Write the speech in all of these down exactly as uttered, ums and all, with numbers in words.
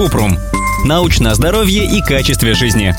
Купрум. Научное здоровье и качестве жизни.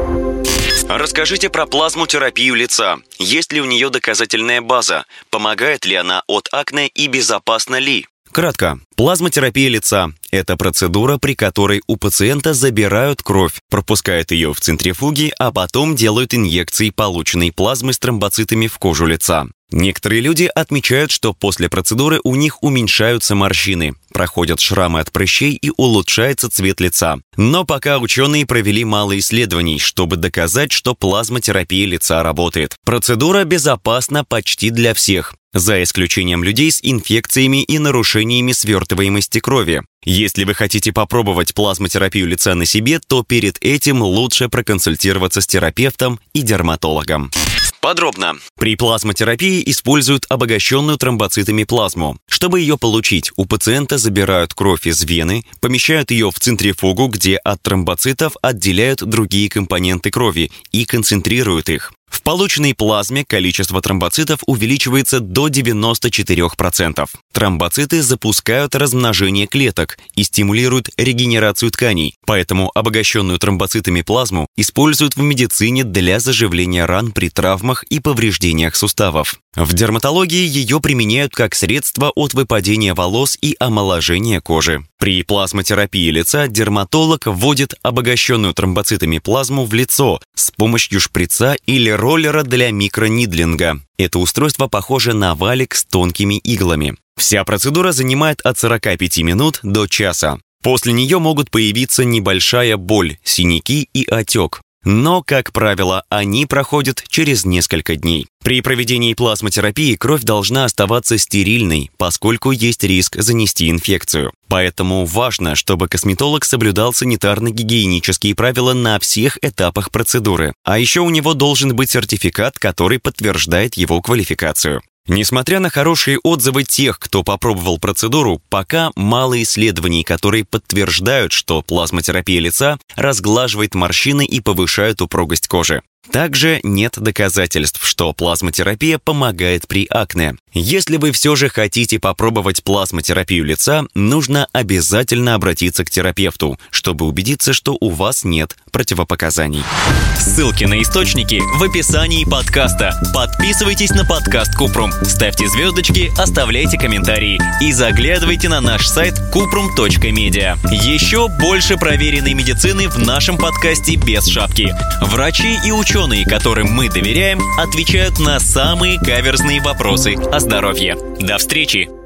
Расскажите про плазмотерапию лица. Есть ли у нее доказательная база? Помогает ли она от акне и безопасна ли? Кратко. Плазмотерапия лица – это процедура, при которой у пациента забирают кровь, пропускают ее в центрифуги, а потом делают инъекции полученной плазмы с тромбоцитами в кожу лица. Некоторые люди отмечают, что после процедуры у них уменьшаются морщины, проходят шрамы от прыщей и улучшается цвет лица. Но пока ученые провели мало исследований, чтобы доказать, что плазмотерапия лица работает. Процедура безопасна почти для всех, за исключением людей с инфекциями и нарушениями свертываемости крови. Если вы хотите попробовать плазмотерапию лица на себе, то перед этим лучше проконсультироваться с терапевтом и дерматологом. Подробно. При плазмотерапии используют обогащенную тромбоцитами плазму. Чтобы ее получить, у пациента забирают кровь из вены, помещают ее в центрифугу, где от тромбоцитов отделяют другие компоненты крови и концентрируют их. В полученной плазме количество тромбоцитов увеличивается до девяноста четырёх процентов. Тромбоциты запускают размножение клеток и стимулируют регенерацию тканей, поэтому обогащенную тромбоцитами плазму используют в медицине для заживления ран при травмах и повреждениях суставов. В дерматологии ее применяют как средство от выпадения волос и омоложения кожи. При плазмотерапии лица дерматолог вводит обогащенную тромбоцитами плазму в лицо с помощью шприца или роллера для микронидлинга. Это устройство похоже на валик с тонкими иглами. Вся процедура занимает от сорока пяти минут до часа. После нее могут появиться небольшая боль, синяки и отек. Но, как правило, они проходят через несколько дней. При проведении плазмотерапии кровь должна оставаться стерильной, поскольку есть риск занести инфекцию. Поэтому важно, чтобы косметолог соблюдал санитарно-гигиенические правила на всех этапах процедуры. А еще у него должен быть сертификат, который подтверждает его квалификацию. Несмотря на хорошие отзывы тех, кто попробовал процедуру, пока мало исследований, которые подтверждают, что плазмотерапия лица разглаживает морщины и повышает упругость кожи. Также нет доказательств, что плазмотерапия помогает при акне. Если вы все же хотите попробовать плазмотерапию лица, нужно обязательно обратиться к терапевту, чтобы убедиться, что у вас нет противопоказаний. Ссылки на источники в описании подкаста. Подписывайтесь на подкаст Купрум, ставьте звездочки, оставляйте комментарии и заглядывайте на наш сайт купрум точка медиа. Еще больше проверенной медицины в нашем подкасте без шапки. Врачи и ученые, которым мы доверяем, отвечают на самые каверзные вопросы о здоровье. До встречи!